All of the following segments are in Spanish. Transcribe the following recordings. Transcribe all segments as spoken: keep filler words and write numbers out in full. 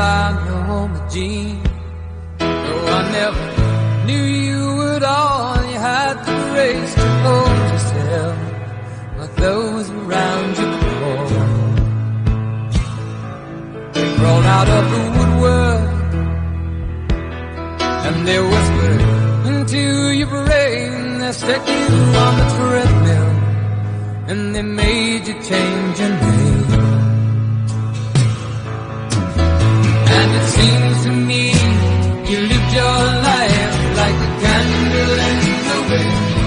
ride home with Jean. No, I never knew you at all. You had the grace to hold yourself like those around you crawl. They crawled out of the woodwork and they whispered into your brain. They stuck you on the treadmill and they made you change your name. And it seems to me you lived your life like a candle in the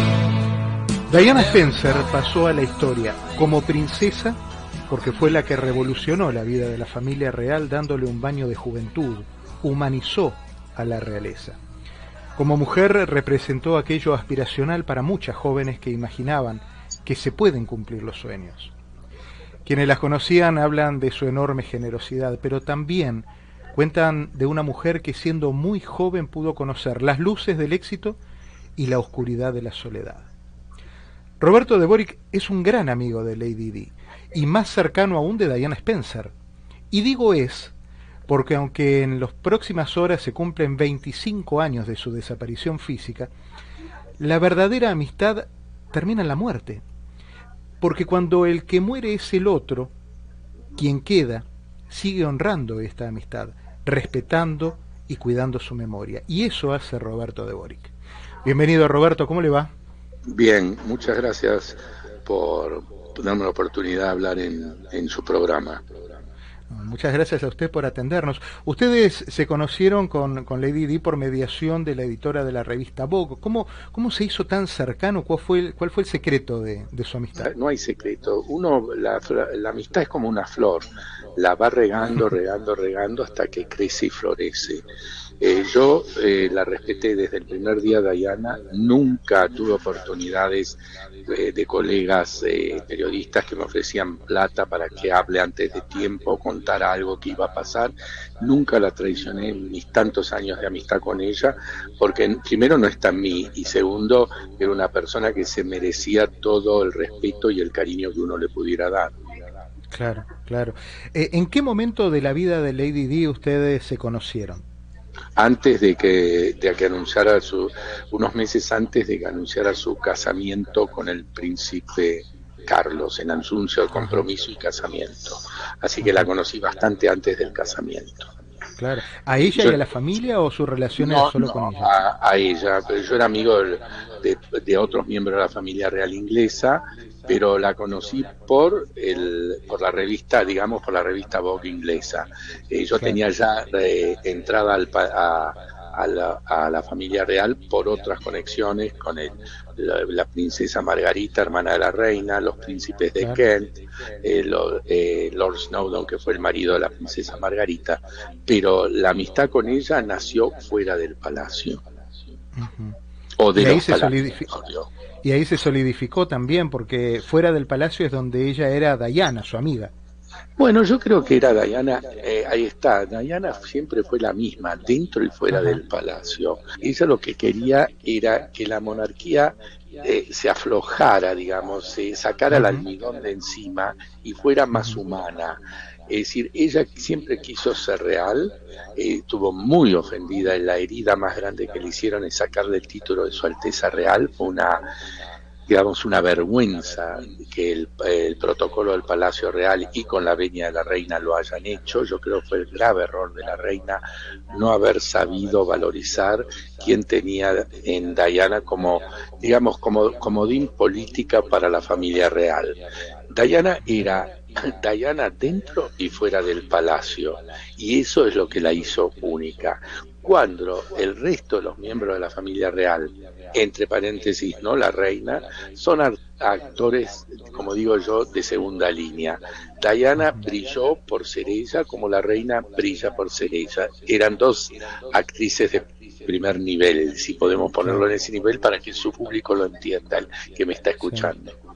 wind. Diana Spencer pasó a la historia como princesa porque fue la que revolucionó la vida de la familia real dándole un baño de juventud, humanizó a la realeza. Como mujer representó aquello aspiracional para muchas jóvenes que imaginaban que se pueden cumplir los sueños. Quienes las conocían hablan de su enorme generosidad, pero también cuentan de una mujer que siendo muy joven pudo conocer las luces del éxito y la oscuridad de la soledad. Roberto Dvořák es un gran amigo de Lady Di y más cercano aún de Diana Spencer. Y digo es porque aunque en las próximas horas se cumplen veinticinco años de su desaparición física, la verdadera amistad termina en la muerte. Porque cuando el que muere es el otro, quien queda sigue honrando esta amistad, respetando y cuidando su memoria. Y eso hace Roberto Dvořák. Bienvenido, Roberto, ¿cómo le va? Bien, muchas gracias por darme la oportunidad de hablar en, en su programa. Muchas gracias a usted por atendernos. Ustedes se conocieron con, con Lady Di por mediación de la editora de la revista Vogue. ¿Cómo, cómo se hizo tan cercano? ¿Cuál fue el, cuál fue el secreto de, de su amistad? No hay secreto. Uno, la, la amistad es como una flor. La va regando, regando, regando hasta que crece y florece. Eh, yo eh, la respeté desde el primer día de Diana, nunca tuve oportunidades eh, de colegas eh, periodistas que me ofrecían plata para que hable antes de tiempo, contar algo que iba a pasar, nunca la traicioné en mis tantos años de amistad con ella, porque primero no está en mí y segundo era una persona que se merecía todo el respeto y el cariño que uno le pudiera dar. Claro, claro. Eh, ¿En qué momento de la vida de Lady Di ustedes se conocieron? Antes de que, de que anunciara su, unos meses antes de que anunciara su casamiento con el príncipe Carlos, en anuncio de compromiso y casamiento. Así que la conocí bastante antes del casamiento. Claro. ¿A ella yo, y a la familia o su relación era no, solo no, con ella? A, a ella, pero yo era amigo de, de, de otros miembros de la familia real inglesa, pero la conocí por el por la revista, digamos, por la revista Vogue inglesa. Eh, yo claro. tenía ya eh, entrada al, a, a, la, a la familia real por otras conexiones con el, la, la princesa Margarita, hermana de la reina, los príncipes de claro. Kent, eh, lo, eh, Lord Snowdon, que fue el marido de la princesa Margarita, pero la amistad con ella nació fuera del palacio. Uh-huh. O de y ahí los se palacios. solidificó. Y ahí se solidificó también, porque fuera del palacio es donde ella era Diana, su amiga. Bueno, yo creo que era Diana, eh, ahí está, Diana siempre fue la misma, dentro y fuera uh-huh. del palacio. Ella lo que quería era que la monarquía eh, se aflojara, digamos, se sacara uh-huh. el almidón de encima y fuera más uh-huh. humana. Es decir, ella siempre quiso ser real, eh, estuvo muy ofendida, en la herida más grande que le hicieron es sacarle el título de Su Alteza Real, fue una, digamos, una vergüenza que el, el protocolo del Palacio Real y con la venia de la reina lo hayan hecho. Yo creo que fue el grave error de la reina no haber sabido valorizar quién tenía en Diana como, digamos, como comodín política para la familia real. Diana era Diana dentro y fuera del palacio, y eso es lo que la hizo única. Cuando el resto de los miembros de la familia real, entre paréntesis, no la reina, son actores, como digo yo, de segunda línea. Diana brilló por ser ella como la reina brilla por ser ella. Eran dos actrices de primer nivel, si podemos ponerlo en ese nivel para que su público lo entienda, el que me está escuchando. Sí.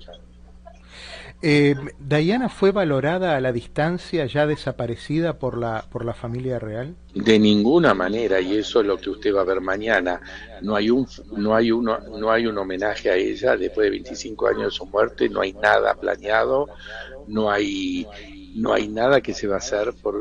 Eh, ¿Diana fue valorada a la distancia, ya desaparecida por la por la familia real? De ninguna manera, y eso es lo que usted va a ver mañana. No hay un no hay uno no hay un homenaje a ella después de veinticinco años de su muerte. No hay nada planeado, no hay no hay nada que se va a hacer por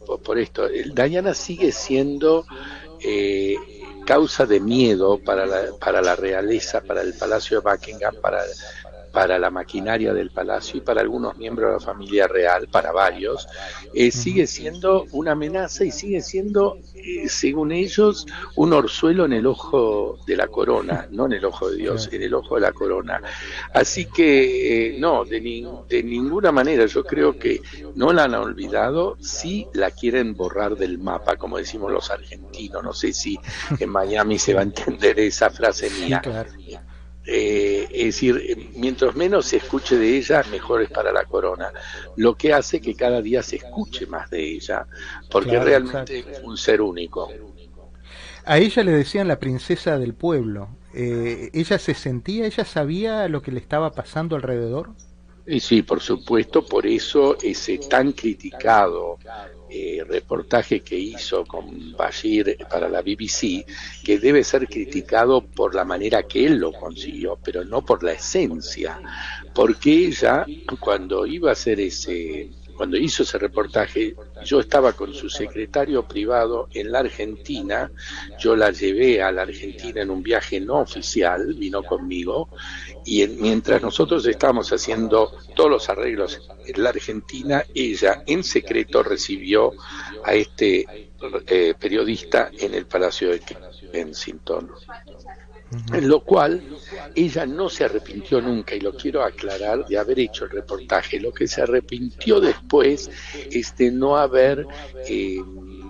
por, por esto. Diana sigue siendo eh, causa de miedo para la, para la realeza, para el Palacio de Buckingham, para para la maquinaria del palacio y para algunos miembros de la familia real, para varios, eh, sigue siendo una amenaza y sigue siendo, eh, según ellos, un orzuelo en el ojo de la corona, no en el ojo de Dios, en el ojo de la corona. Así que, eh, no, de, ni, de ninguna manera, yo creo que no la han olvidado, sí la quieren borrar del mapa, como decimos los argentinos. No sé si en Miami se va a entender esa frase mía. Sí, claro. Eh, es decir, mientras menos se escuche de ella, mejor es para la corona, lo que hace que cada día se escuche más de ella, porque claro, realmente exacto. Es un ser único. A ella le decían la princesa del pueblo. Eh, ¿ella se sentía, ella sabía lo que le estaba pasando alrededor? Y sí, por supuesto, por eso ese tan criticado eh, reportaje que hizo con Bashir para la B B C, que debe ser criticado por la manera que él lo consiguió, pero no por la esencia, porque ella, cuando iba a hacer ese... Cuando hizo ese reportaje, yo estaba con su secretario privado en la Argentina, yo la llevé a la Argentina en un viaje no oficial, vino conmigo, y en, mientras nosotros estábamos haciendo todos los arreglos en la Argentina, ella en secreto recibió a este eh, periodista en el Palacio de Kensington. En lo cual ella no se arrepintió nunca, y lo quiero aclarar, de haber hecho el reportaje. Lo que se arrepintió después es de no haber eh,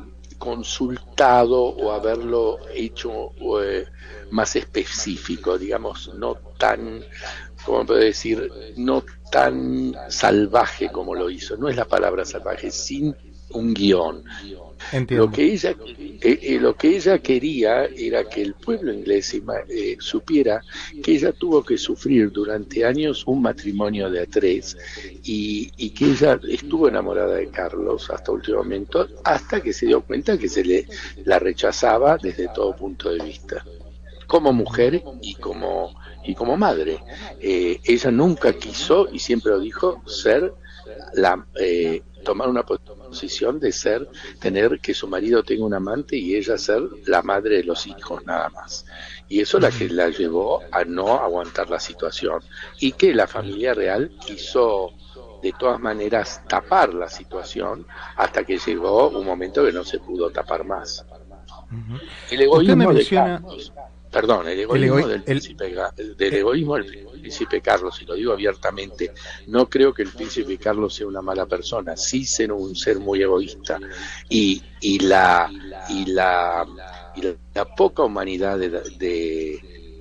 consultado o haberlo hecho eh, más específico, digamos, no tan, ¿cómo puedo decir?, no tan salvaje como lo hizo. No es la palabra salvaje, sin un guión. Entiendo. Lo que ella eh, eh, lo que ella quería era que el pueblo inglés eh, supiera que ella tuvo que sufrir durante años un matrimonio de a tres y, y que ella estuvo enamorada de Carlos hasta último momento, hasta que se dio cuenta que se le la rechazaba desde todo punto de vista, como mujer y como y como madre. Eh, ella nunca quiso, y siempre lo dijo, ser la eh, tomar una posición de ser, tener que su marido tenga un amante y ella ser la madre de los hijos, nada más. Y eso es la que la llevó a no aguantar la situación, y que la familia real quiso de todas maneras tapar la situación hasta que llegó un momento que no se pudo tapar más. Uh-huh. El egoísmo menciona... de Carlos, perdón, el egoísmo el ego... del príncipe, el... del egoísmo del príncipe Carlos, y lo digo abiertamente, no creo que el príncipe Carlos sea una mala persona, sí ser un ser muy egoísta, y y la y la y la, la poca humanidad de, de,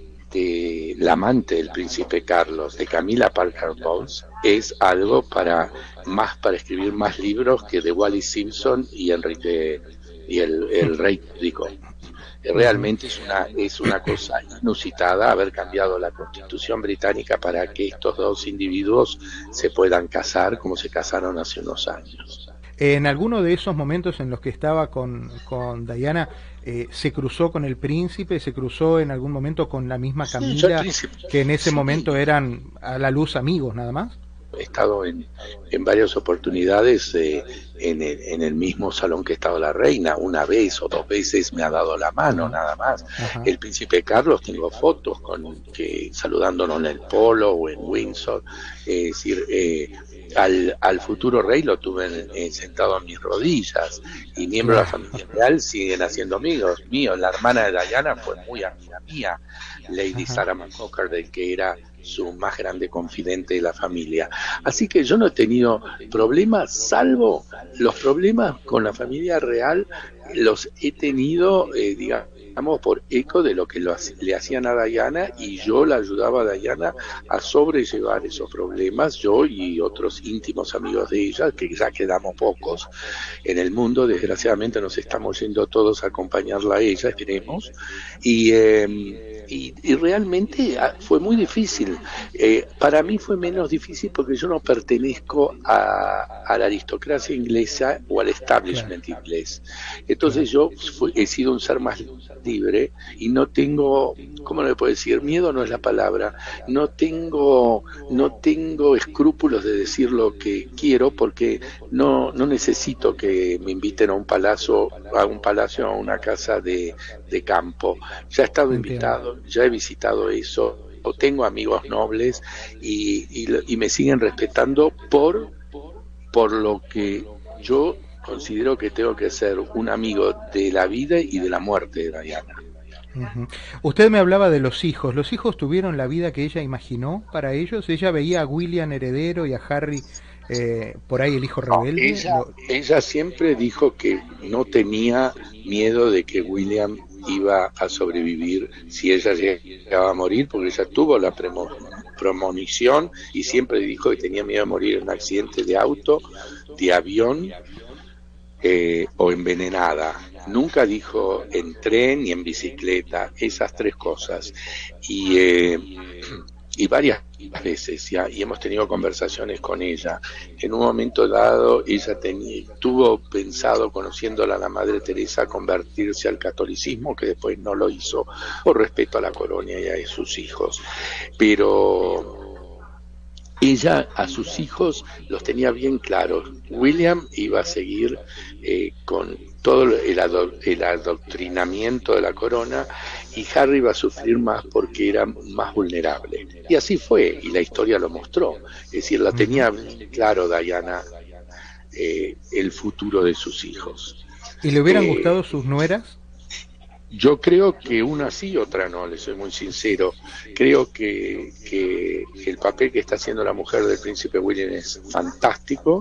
de la amante del príncipe Carlos, de Camilla Parker Bowles, es algo para más para escribir más libros que de Wallis Simpson y Enrique y el, el rey rico. Realmente es una es una cosa inusitada haber cambiado la Constitución británica para que estos dos individuos se puedan casar como se casaron hace unos años. En alguno de esos momentos en los que estaba con, con Diana, eh, ¿se cruzó con el príncipe? ¿Se cruzó en algún momento con la misma Camila, sí, que en ese sí. momento eran a la luz amigos nada más? He estado en, en varias oportunidades eh, en, el, en el mismo salón que estaba la reina, una vez o dos veces me ha dado la mano, nada más. Ajá. El príncipe Carlos, tengo fotos con que saludándonos en el Polo o en Windsor, eh, es decir, eh, al, al futuro rey lo tuve en, en, sentado en mis rodillas, y miembros de la familia real siguen haciendo amigos míos. La hermana de Diana fue muy amiga mía, Lady Ajá. Sarah McCocker, del que era su más grande confidente de la familia. Así que yo no he tenido problemas, salvo los problemas con la familia real, los he tenido, eh, digamos, por eco de lo que lo, le hacían a Diana, y yo la ayudaba a Diana a sobrellevar esos problemas, yo y otros íntimos amigos de ella, que ya quedamos pocos en el mundo, desgraciadamente nos estamos yendo todos a acompañarla a ella, esperemos, y... Eh, y, y realmente fue muy difícil. Eh, para mí fue menos difícil porque yo no pertenezco a, a la aristocracia inglesa o al establishment claro. inglés. Entonces claro. yo fui, he sido un ser más libre y no tengo, ¿cómo le puedo decir? Miedo no es la palabra. No tengo, no tengo escrúpulos de decir lo que quiero porque no, no necesito que me inviten a un palacio, a un palacio, a una casa de, de campo. Ya he estado invitado, ya he visitado eso, o tengo amigos nobles y, y, y me siguen respetando por, por lo que yo considero que tengo que ser un amigo de la vida y de la muerte de Diana. Uh-huh. Usted me hablaba de los hijos. ¿Los hijos tuvieron la vida que ella imaginó para ellos? ¿Ella veía a William heredero y a Harry eh, por ahí el hijo rebelde? No, ella, Lo... ella siempre dijo que no tenía miedo de que William iba a sobrevivir si ella llegaba a morir, porque ella tuvo la premo, premonición y siempre dijo que tenía miedo de morir en un accidente de auto, de avión eh, o envenenada. Nunca dijo en tren ni en bicicleta, esas tres cosas. Y, eh, y varias veces ya, y hemos tenido conversaciones con ella. En un momento dado, ella tenía, tuvo pensado, conociéndola a la Madre Teresa, convertirse al catolicismo, que después no lo hizo por respeto a la corona y a sus hijos. Pero ella a sus hijos los tenía bien claros. William iba a seguir eh, con todo el, ado el adoctrinamiento de la corona y Harry iba a sufrir más porque era más vulnerable. Y así fue, y la historia lo mostró. Es decir, la tenía bien claro Diana, eh, el futuro de sus hijos. ¿Y le hubieran eh, gustado sus nueras? Yo creo que una sí, otra no, le soy muy sincero. Creo que, que el papel que está haciendo la mujer del príncipe William es fantástico,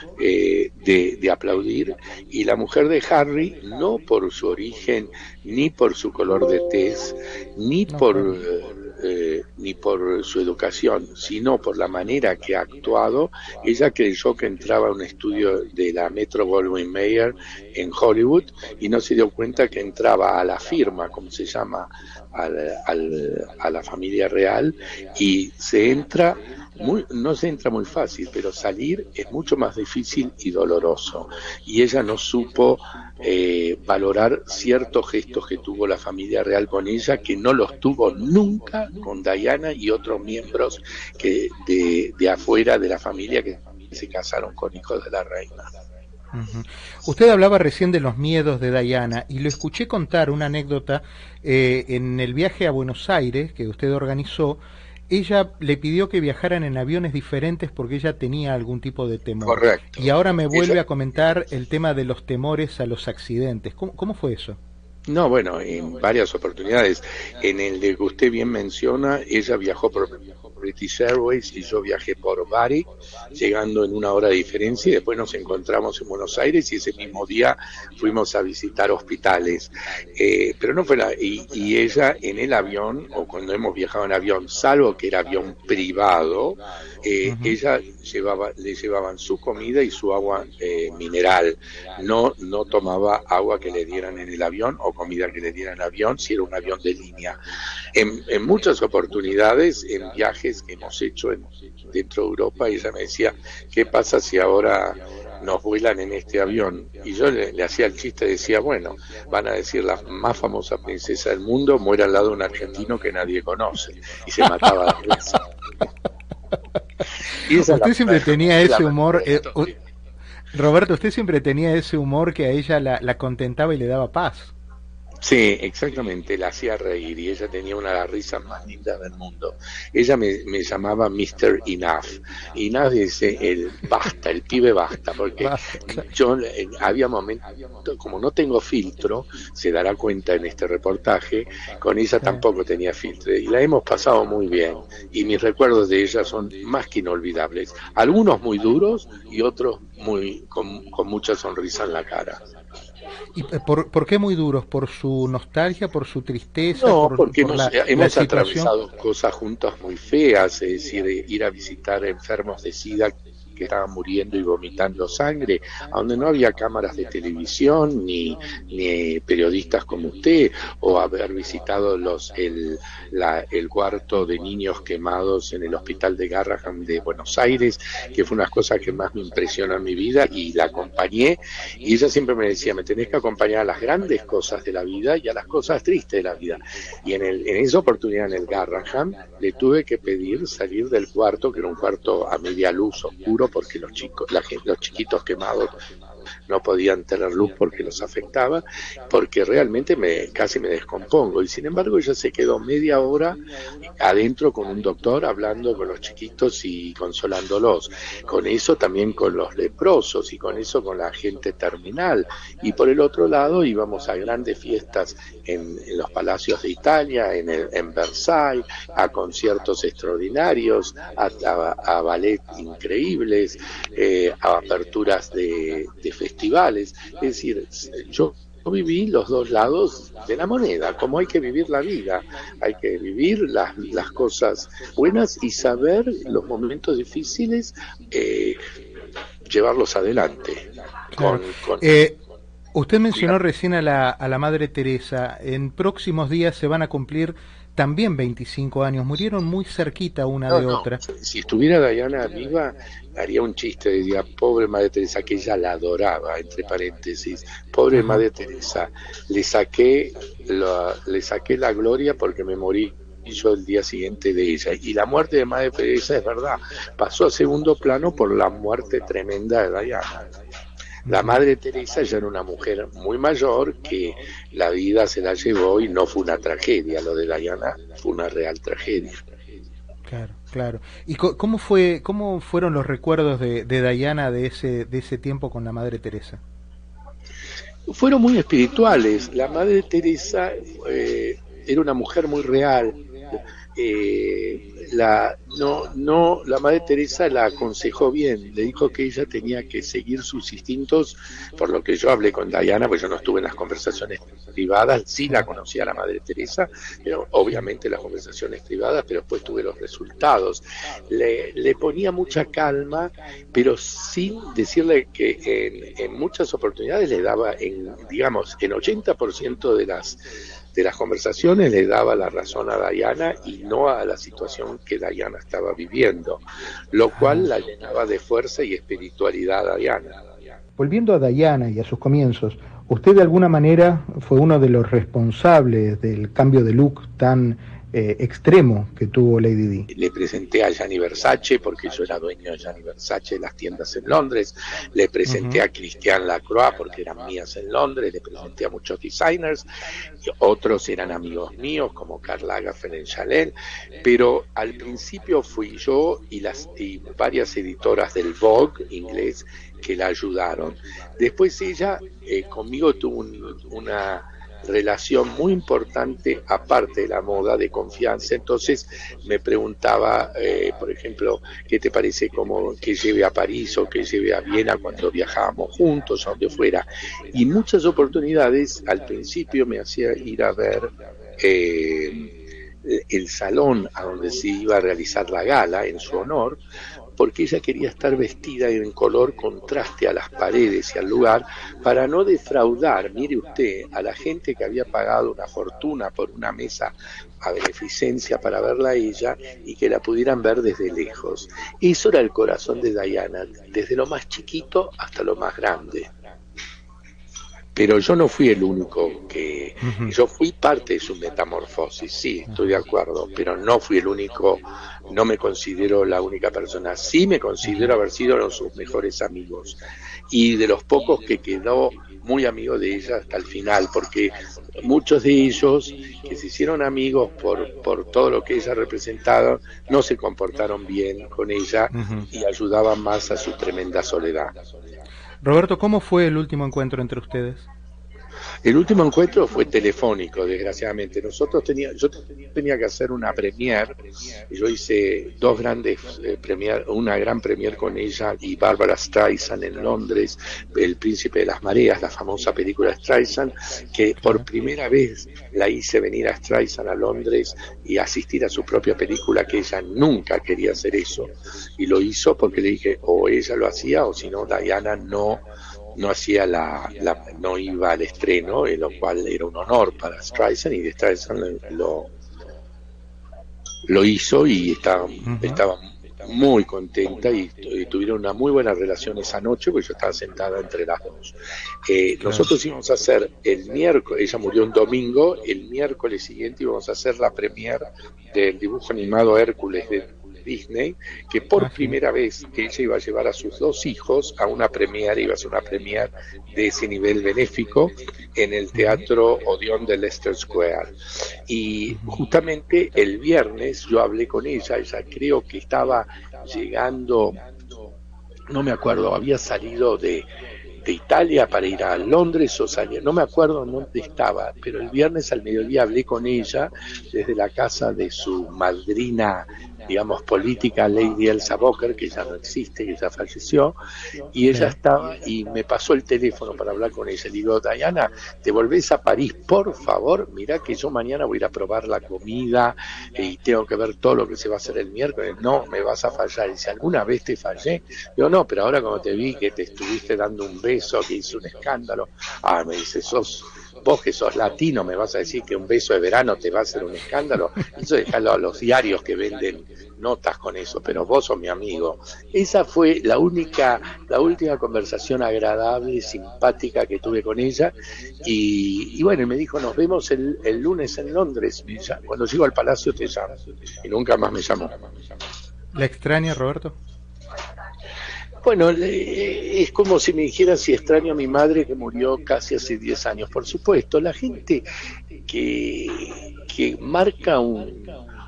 eh, de, de aplaudir, y la mujer de Harry, no por su origen, ni por su color de tez, ni no, por... Eh, Eh, ni por su educación, sino por la manera que ha actuado. Ella creyó que entraba a un estudio de la Metro Goldwyn Mayer en Hollywood y no se dio cuenta que entraba a la firma, como se llama, al, al, a la familia real, y se entra, muy, no se entra muy fácil, pero salir es mucho más difícil y doloroso. Y ella no supo eh, valorar ciertos gestos que tuvo la familia real con ella, que no los tuvo nunca con Diana y otros miembros que de, de afuera de la familia que se casaron con hijos de la reina. Uh-huh. Usted hablaba recién de los miedos de Diana y lo escuché contar una anécdota eh, en el viaje a Buenos Aires que usted organizó. Ella le pidió que viajaran en aviones diferentes porque ella tenía algún tipo de temor. Correcto. Y ahora me vuelve ella... a comentar el tema de los temores a los accidentes. ¿Cómo, cómo fue eso? No, bueno, en varias oportunidades. En el de que usted bien menciona, ella viajó por British Airways y yo viajé por Varig, llegando en una hora de diferencia, y después nos encontramos en Buenos Aires y ese mismo día fuimos a visitar hospitales. Eh, pero no fue la... Y, y ella en el avión, o cuando hemos viajado en avión, salvo que era avión privado, eh, uh-huh. ella llevaba, le llevaban su comida y su agua eh, mineral. No, no tomaba agua que le dieran en el avión o comida que le dieran en el avión, si era un avión de línea. En, en muchas oportunidades, en viajes que hemos hecho en, dentro de Europa, y ella me decía, ¿qué pasa si ahora nos vuelan en este avión? Y yo le, le hacía el chiste, decía, bueno, van a decir la más famosa princesa del mundo muere al lado de un argentino que nadie conoce, y se mataba de risa. Y usted la, siempre tenía ese humor, eh, Roberto, usted siempre tenía ese humor que a ella la, la contentaba y le daba paz. Sí, exactamente, la hacía reír y ella tenía una de las risas más lindas del mundo. Ella me, me llamaba mister Enough. Enough dice el basta, el pibe basta, porque basta. Yo eh, había momentos, como no tengo filtro, se dará cuenta en este reportaje, con ella tampoco tenía filtro y la hemos pasado muy bien y mis recuerdos de ella son más que inolvidables. Algunos muy duros y otros muy con, con mucha sonrisa en la cara. ¿Y por, por qué muy duros? ¿Por su nostalgia? ¿Por su tristeza? No, por, porque por nos, la, hemos la atravesado cosas juntas muy feas, es decir, ir a visitar enfermos de SIDA que estaban muriendo y vomitando sangre, a donde no había cámaras de televisión ni, ni periodistas como usted, o haber visitado los el, la, el cuarto de niños quemados en el hospital de Garrahan de Buenos Aires, que fue una cosa que más me impresionó en mi vida, y la acompañé, y ella siempre me decía, me tenés que acompañar a las grandes cosas de la vida y a las cosas tristes de la vida. Y en, el, en esa oportunidad en el Garrahan le tuve que pedir salir del cuarto, que era un cuarto a media luz oscuro, porque los chicos, la gente, los chiquitos quemados no podían tener luz porque los afectaba, porque realmente me casi me descompongo. Y sin embargo ella se quedó media hora adentro con un doctor hablando con los chiquitos y consolándolos, con eso también con los leprosos, y con eso con la gente terminal. Y por el otro lado íbamos a grandes fiestas en, en los palacios de Italia, en, el, en Versailles, a conciertos extraordinarios, a, a, a ballet increíbles, eh, a aperturas de, de festivales. Es decir, yo viví los dos lados de la moneda, como hay que vivir la vida. Hay que vivir las, las cosas buenas y saber los momentos difíciles, eh, llevarlos adelante. Claro. Con, con... Eh, usted mencionó recién a la, a la Madre Teresa. En próximos días se van a cumplir también veinticinco años. Murieron muy cerquita una no, de no. otra. Si estuviera Diana viva, haría un chiste, diría, pobre Madre Teresa, que ella la adoraba, entre paréntesis, pobre uh-huh. Madre Teresa, le saqué, la, le saqué la gloria porque me morí yo el día siguiente de ella. Y la muerte de Madre Teresa, es verdad, pasó a segundo plano por la muerte tremenda de Diana. La Madre Teresa ya era una mujer muy mayor que la vida se la llevó y no fue una tragedia. Lo de Diana fue una real tragedia. Claro, claro. ¿Y cómo fue, cómo fueron los recuerdos de, de Diana de ese, de ese tiempo con la Madre Teresa? Fueron muy espirituales. La Madre Teresa eh, era una mujer muy real. Eh, la no no la Madre Teresa la aconsejó bien, le dijo que ella tenía que seguir sus instintos, por lo que yo hablé con Diana, pues yo no estuve en las conversaciones privadas, sí la conocía la Madre Teresa, pero obviamente las conversaciones privadas, pero después tuve los resultados. Le, le ponía mucha calma, pero sin decirle que en, en muchas oportunidades le daba, en digamos, en ochenta por ciento de las de las conversaciones le daba la razón a Diana y no a la situación que Diana estaba viviendo, lo cual la llenaba de fuerza y espiritualidad a Diana. Volviendo a Diana y a sus comienzos, usted de alguna manera fue uno de los responsables del cambio de look tan eh, extremo que tuvo Lady Di. Le presenté a Gianni Versace, porque yo era dueño de Gianni Versace de las tiendas en Londres. Le presenté uh-huh. a Christian Lacroix, porque eran mías en Londres. Le presenté a muchos designers, otros eran amigos míos, como Karl Lagerfeld en Chanel. Pero al principio fui yo y, las, y varias editoras del Vogue inglés que la ayudaron. Después ella eh, conmigo tuvo un, una relación muy importante, aparte de la moda, de confianza. Entonces me preguntaba, eh, por ejemplo, ¿qué te parece como que lleve a París o que lleve a Viena cuando viajábamos juntos, a donde fuera? Y muchas oportunidades al principio me hacía ir a ver eh, el salón a donde se iba a realizar la gala en su honor, porque ella quería estar vestida en color contraste a las paredes y al lugar, para no defraudar, mire usted, a la gente que había pagado una fortuna por una mesa a beneficencia para verla a ella y que la pudieran ver desde lejos. Eso era el corazón de Diana, desde lo más chiquito hasta lo más grande. Pero yo no fui el único que... Uh-huh. Yo fui parte de su metamorfosis, sí, estoy de acuerdo, pero no fui el único, no me considero la única persona. Sí me considero haber sido uno de sus mejores amigos, y de los pocos que quedó muy amigo de ella hasta el final, porque muchos de ellos que se hicieron amigos por, por todo lo que ella representaba, no se comportaron bien con ella uh-huh. y ayudaban más a su tremenda soledad. Roberto, ¿cómo fue el último encuentro entre ustedes? El último encuentro fue telefónico, desgraciadamente. Nosotros tenía, yo tenía que hacer una premiere, yo hice dos grandes eh, premier, una gran premiere con ella y Barbara Streisand en Londres, El Príncipe de las Mareas, la famosa película Streisand, que por primera vez la hice venir a Streisand a Londres y asistir a su propia película, que ella nunca quería hacer eso, y lo hizo porque le dije, o ella lo hacía, o si no, Diana no no hacía la, la no iba al estreno, eh, lo cual era un honor para Streisand, y de Streisand lo lo hizo y estaba, uh-huh. estaba muy contenta y, y tuvieron una muy buena relación esa noche, porque yo estaba sentada entre las dos. Eh, claro. Nosotros íbamos a hacer el miércoles, ella murió un domingo, el miércoles siguiente íbamos a hacer la premiere del dibujo animado Hércules de Disney, que por primera vez ella iba a llevar a sus dos hijos a una premiere, iba a ser una premiere de ese nivel benéfico en el Teatro Odeón de Leicester Square. Y justamente el viernes yo hablé con ella, ella creo que estaba llegando, no me acuerdo, había salido de de Italia para ir a Londres o salir, no me acuerdo dónde estaba, pero el viernes al mediodía hablé con ella desde la casa de su madrina, digamos, política, Lady Elsa Boker, que ya no existe, que ya falleció, y ella estaba, y me pasó el teléfono para hablar con ella. Le digo, Diana, ¿te volvés a París, por favor? Mirá que yo mañana voy a ir a probar la comida y tengo que ver todo lo que se va a hacer el miércoles. No, me vas a fallar. Y si alguna vez te fallé, digo, no, pero ahora como te vi que te estuviste dando un beso, que hizo un escándalo, ah, me dice, sos vos que sos latino, me vas a decir que un beso de verano te va a hacer un escándalo. Eso dejalo a los diarios que venden notas con eso, pero vos sos mi amigo. Esa fue la única, la última conversación agradable, simpática que tuve con ella, y, y bueno, me dijo, nos vemos el, el lunes en Londres, cuando llego al Palacio te llamo, y nunca más me llamó. ¿La extraña, Roberto? Bueno, es como si me dijeran si extraño a mi madre, que murió casi hace diez años. Por supuesto, la gente que, que marca un,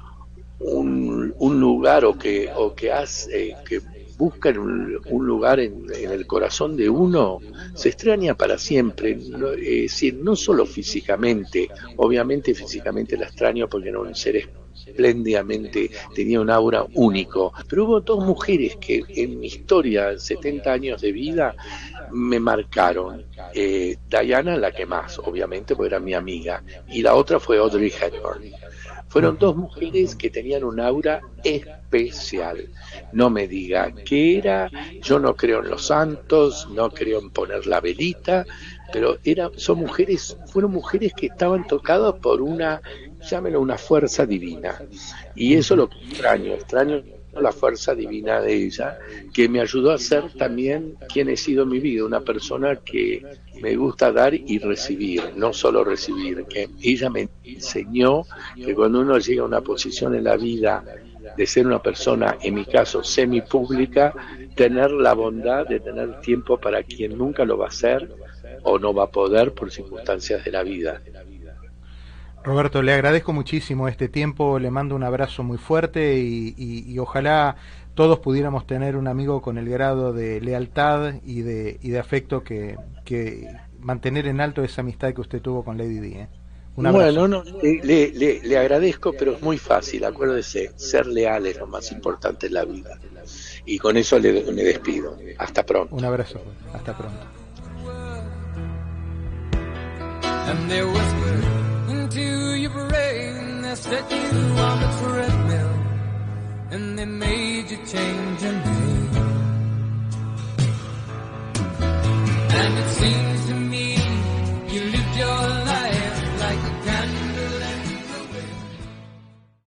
un, un lugar o que, o que hace, que buscan un, un lugar en, en el corazón de uno, se extraña para siempre. No, es decir, no solo físicamente, obviamente físicamente la extraño porque era un ser espléndidamente, tenía un aura único, pero hubo dos mujeres que en mi historia, setenta años de vida, me marcaron. eh, Diana, la que más, obviamente, porque era mi amiga, y la otra fue Audrey Hepburn. Fueron dos mujeres que tenían un aura especial. No me diga qué era, yo no creo en los santos, no creo en poner la velita, pero era, son mujeres, fueron mujeres que estaban tocadas por una, llámelo una fuerza divina. Y eso es lo que extraño, extraño la fuerza divina de ella, que me ayudó a ser también quien he sido en mi vida, una persona que me gusta dar y recibir, no solo recibir, que ella me enseñó que cuando uno llega a una posición en la vida de ser una persona, en mi caso semipública, tener la bondad de tener tiempo para quien nunca lo va a hacer o no va a poder por circunstancias de la vida. Roberto, le agradezco muchísimo este tiempo, le mando un abrazo muy fuerte y, y, y ojalá todos pudiéramos tener un amigo con el grado de lealtad y de, y de afecto que, que mantener en alto esa amistad que usted tuvo con Lady Di. ¿eh? Un abrazo. Bueno, no, le, le, le agradezco, pero es muy fácil, acuérdese, ser leal es lo más importante en la vida. Y con eso le, me despido. Hasta pronto. Un abrazo, hasta pronto. And they whispered into your brain, they set you on the treadmill, and they made you change your name. And it seemed